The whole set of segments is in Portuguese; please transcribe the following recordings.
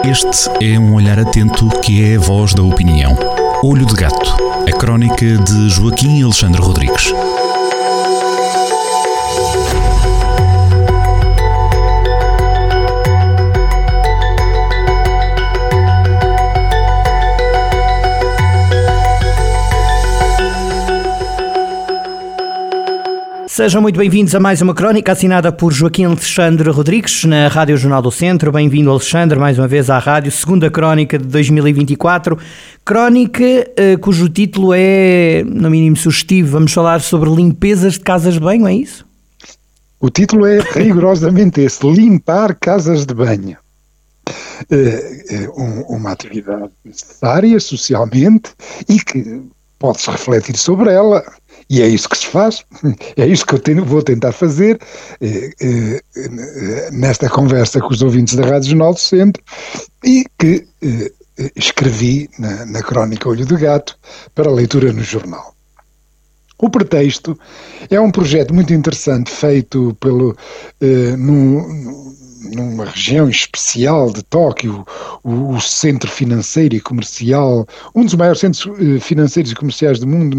Este é um olhar atento que é a voz da opinião. Olho de Gato, a crónica de Joaquim Alexandre Rodrigues. Sejam muito bem-vindos a mais uma crónica assinada por Joaquim Alexandre Rodrigues na Rádio Jornal do Centro. Bem-vindo, Alexandre, mais uma vez à rádio. Segunda crónica de 2024. Crónica cujo título é, no mínimo, sugestivo. Vamos falar sobre limpezas de casas de banho, é isso? O título é rigorosamente esse: limpar casas de banho. Uma atividade necessária socialmente e que pode-se refletir sobre ela. E é isso que se faz, é isso que eu vou tentar fazer nesta conversa com os ouvintes da Rádio Jornal do Centro e que escrevi na crónica Olho de Gato para leitura no jornal. O pretexto é um projeto muito interessante feito numa região especial de Tóquio, o centro financeiro e comercial, um dos maiores centros financeiros e comerciais do mundo,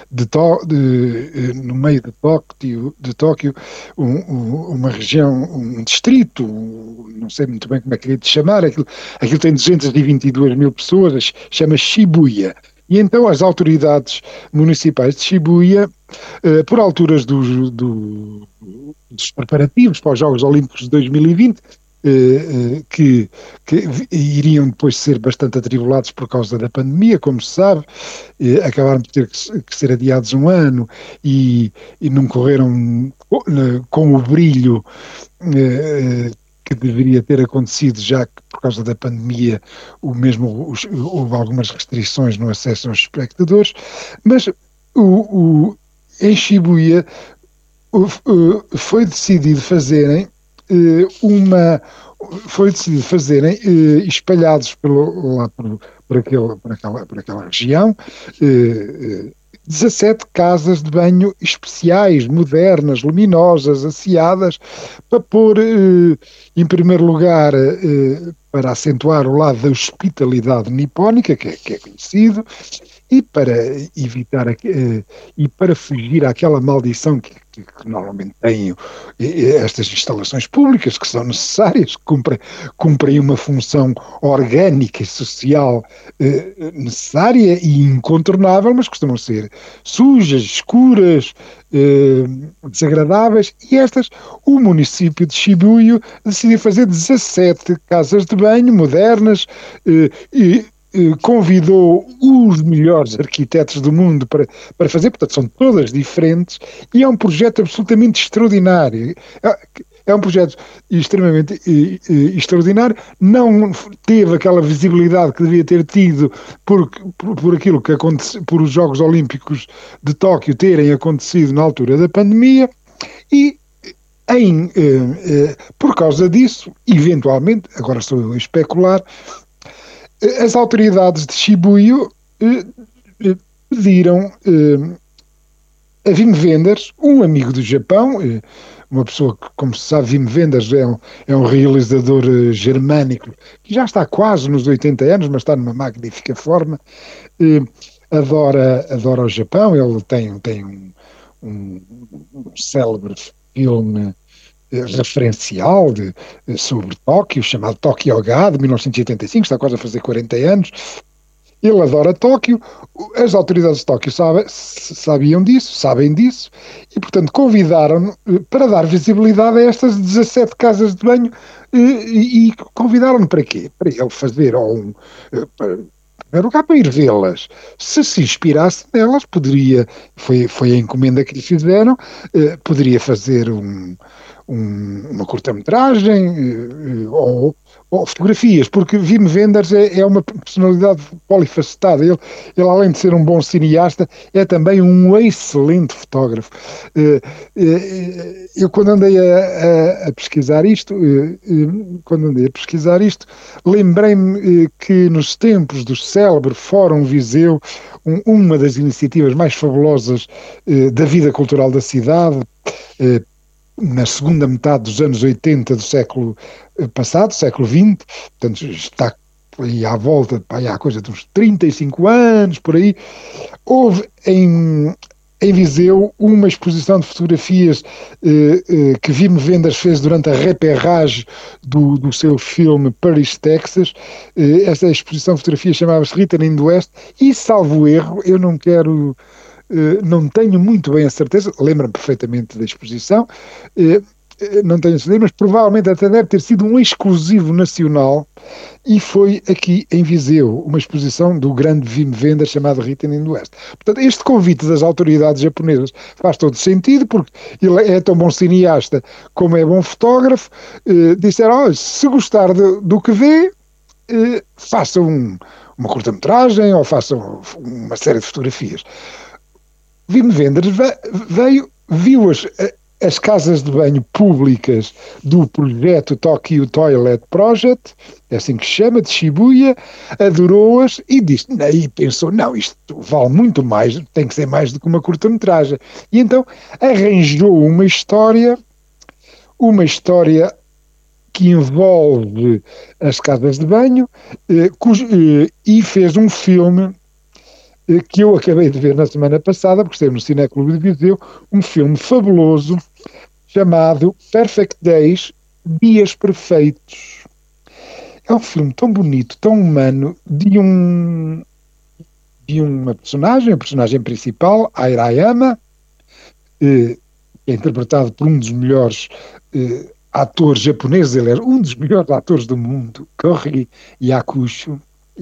no meio de Tóquio, uma região, um distrito, não sei muito bem como é que é de chamar, aquilo tem 222 mil pessoas, chama Shibuya. E então as autoridades municipais de Shibuya, por alturas dos preparativos para os Jogos Olímpicos de 2020, que iriam depois ser bastante atribulados por causa da pandemia, como se sabe, acabaram por ter que ser adiados um ano e não correram com o brilho que deveria ter acontecido, já que por causa da pandemia houve algumas restrições no acesso aos espectadores, mas em Shibuya foi decidido fazerem espalhados por aquela região, 17 casas de banho especiais, modernas, luminosas, asseadas, para pôr, em primeiro lugar, para acentuar o lado da hospitalidade nipónica, que é conhecido, e para evitar e para fugir àquela maldição que normalmente têm estas instalações públicas, que são necessárias, cumprem uma função orgânica e social necessária e incontornável, mas costumam ser sujas, escuras, desagradáveis, e o município de Shibuya decidiu fazer 17 casas de banho modernas e convidou os melhores arquitetos do mundo para fazer, portanto são todas diferentes, e é um projeto absolutamente extraordinário. É um projeto extremamente extraordinário, não teve aquela visibilidade que devia ter tido por aquilo que aconteceu, por os Jogos Olímpicos de Tóquio terem acontecido na altura da pandemia, e por causa disso, eventualmente, agora estou a especular, as autoridades de Shibuya pediram a Wim Wenders, um amigo do Japão, uma pessoa que, como se sabe, Wim Wenders é um realizador germânico que já está quase nos 80 anos, mas está numa magnífica forma, adora o Japão. Ele tem um célebre filme referencial sobre Tóquio, chamado Tokyo Ga, de 1985, está quase a fazer 40 anos. Ele adora Tóquio, as autoridades de Tóquio sabem disso, e portanto convidaram-no para dar visibilidade a estas 17 casas de banho, e convidaram-no para quê? Para ele fazer para ir vê-las. Se inspirasse nelas, foi a encomenda que lhe fizeram, poderia fazer uma curta-metragem ou fotografias, porque Wim Wenders é uma personalidade polifacetada. Ele, além de ser um bom cineasta, é também um excelente fotógrafo. Eu, quando andei a pesquisar isto, lembrei-me que nos tempos do célebre Fórum Viseu, uma das iniciativas mais fabulosas da vida cultural da cidade, na segunda metade dos anos 80 do século passado, século XX, portanto está aí à volta, aí há coisa de uns 35 anos, por aí. Houve em Viseu uma exposição de fotografias que Wim Wenders fez durante a reperrage do seu filme Paris, Texas. Esta exposição de fotografias chamava-se Written in the West e, salvo erro, eu não tenho muito bem a certeza, lembro-me perfeitamente da exposição, não tenho certeza, mas provavelmente até deve ter sido um exclusivo nacional, e foi aqui em Viseu, uma exposição do grande Wim Wenders chamado Written in the West. Portanto, este convite das autoridades japonesas faz todo sentido, porque ele é tão bom cineasta como é bom fotógrafo. Disseram, olha, se gostar do que vê, faça uma curta-metragem ou faça uma série de fotografias. Wim Wenders viu as casas de banho públicas do projeto Tokyo Toilet Project, é assim que se chama, de Shibuya, adorou-as e pensou, não, isto vale muito mais, tem que ser mais do que uma curta-metragem. E então arranjou uma história que envolve as casas de banho e fez um filme que eu acabei de ver na semana passada, porque esteve no Cineclube de Viseu, um filme fabuloso chamado Perfect Days, Dias Perfeitos. É um filme tão bonito, tão humano, de uma personagem, a personagem principal, Hirayama, que é interpretado por um dos melhores atores japoneses, ele é um dos melhores atores do mundo, Kohei Yakusho,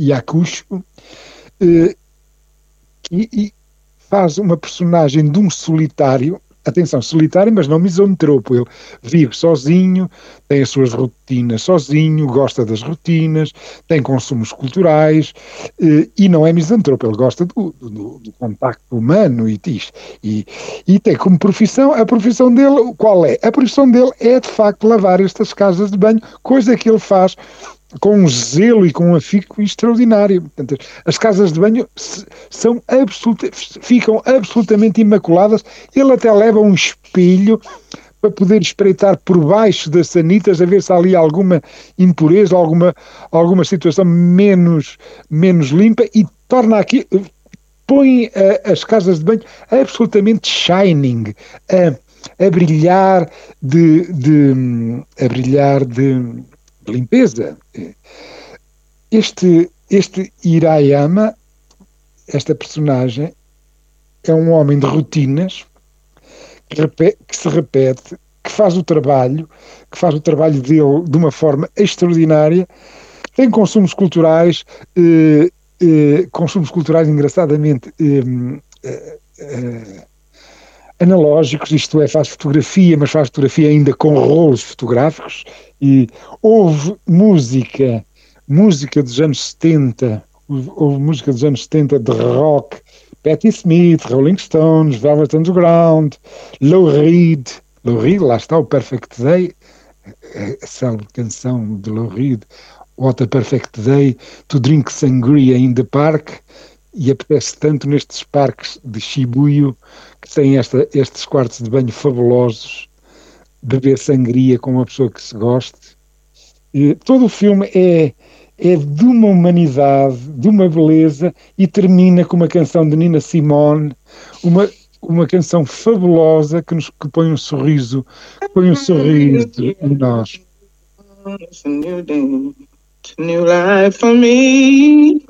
e faz uma personagem de um solitário, atenção, solitário, mas não misantropo. Ele vive sozinho, tem as suas rotinas sozinho, gosta das rotinas, tem consumos culturais e não é misantropo. Ele gosta do contacto humano e tem como profissão, a profissão dele, qual é? A profissão dele é, de facto, lavar estas casas de banho, coisa que ele faz com um zelo e com um afinco extraordinário. Portanto, as casas de banho ficam absolutamente imaculadas. Ele até leva um espelho para poder espreitar por baixo das sanitas a ver se há ali alguma impureza, alguma situação menos limpa, e torna aqui, põe as casas de banho absolutamente shining, a brilhar de limpeza. Este Hirayama, esta personagem, é um homem de rotinas que se repete, que faz o trabalho dele de uma forma extraordinária, tem consumos culturais engraçadamente analógicos, isto é, faz fotografia, mas faz fotografia ainda com rolos fotográficos, e houve música dos anos 70, de rock, Patti Smith, Rolling Stones, Velvet Underground, Lou Reed, lá está o Perfect Day, a célebre canção de Lou Reed, What a Perfect Day to Drink Sangria in the Park, e apetece tanto nestes parques de Shibuya, que têm estes quartos de banho fabulosos, beber sangria com uma pessoa que se goste. E todo o filme é de uma humanidade, de uma beleza, e termina com uma canção de Nina Simone, uma canção fabulosa que põe um sorriso em nós. It's a new day, it's a new life for me.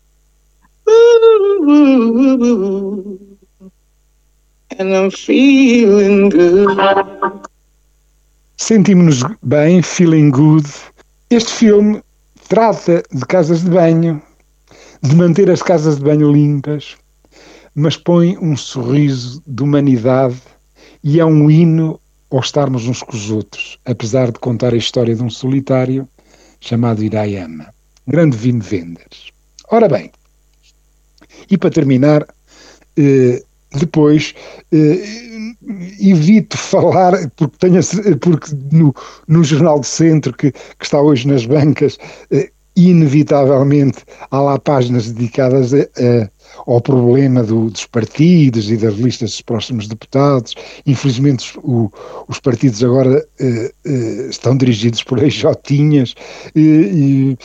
Ooh, and I'm feeling good. Sentimos-nos bem, feeling good. Este filme trata de casas de banho, de manter as casas de banho limpas, mas põe um sorriso de humanidade e é um hino ao estarmos uns com os outros, apesar de contar a história de um solitário chamado Hirayama. Grande Wim Wenders. Ora bem, e para terminar, depois evito falar, porque no Jornal do Centro, que está hoje nas bancas, inevitavelmente há lá páginas dedicadas ao problema dos partidos e das listas dos próximos deputados. Infelizmente os partidos agora estão dirigidos por EJinhas e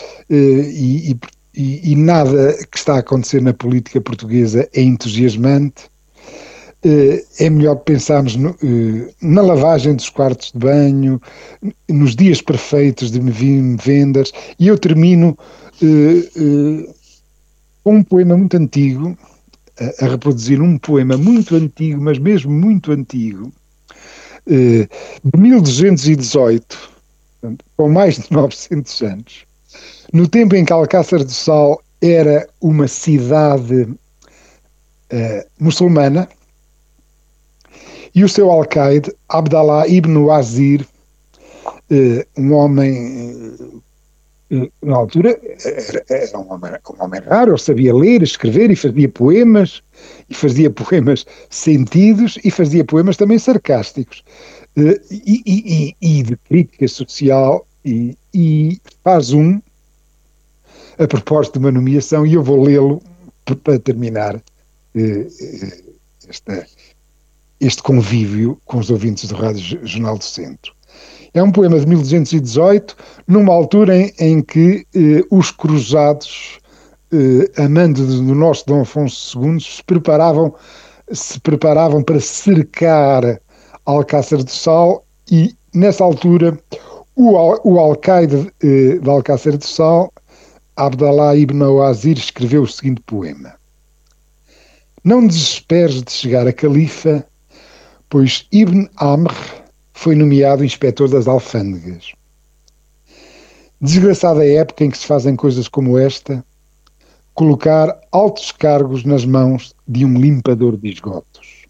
nada que está a acontecer na política portuguesa é entusiasmante. É melhor pensarmos na lavagem dos quartos de banho, nos dias perfeitos de vendas, e eu termino com um poema muito antigo, a reproduzir um poema muito antigo, mas mesmo muito antigo, de 1218, com mais de 900 anos, no tempo em que Alcácer do Sal era uma cidade muçulmana, e o seu alcaide, Abdallah ibn Wazir, um homem, na altura, era um homem raro, ele sabia ler, escrever e fazia poemas sentidos e fazia poemas também sarcásticos, e de crítica social, e faz a propósito de uma nomeação, e eu vou lê-lo para terminar este convívio com os ouvintes do Rádio Jornal do Centro. É um poema de 1218, numa altura em que os cruzados, a mando do nosso Dom Afonso II, se preparavam para cercar Alcácer do Sal, e nessa altura o alcaide de Alcácer do Sal, Abdallah ibn Wazir, escreveu o seguinte poema: Não desesperes de chegar a califa, pois Ibn Amr foi nomeado inspetor das alfândegas. Desgraçada época em que se fazem coisas como esta, colocar altos cargos nas mãos de um limpador de esgotos.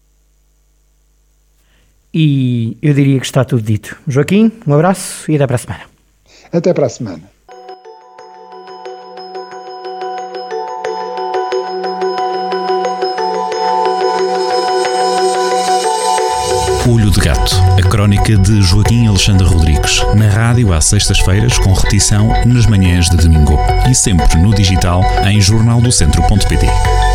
E eu diria que está tudo dito. Joaquim, um abraço e até para a semana. Até para a semana. Olho de Gato, a crónica de Joaquim Alexandre Rodrigues, na rádio às sextas-feiras, com repetição nas manhãs de domingo e sempre no digital em jornaldocentro.pt.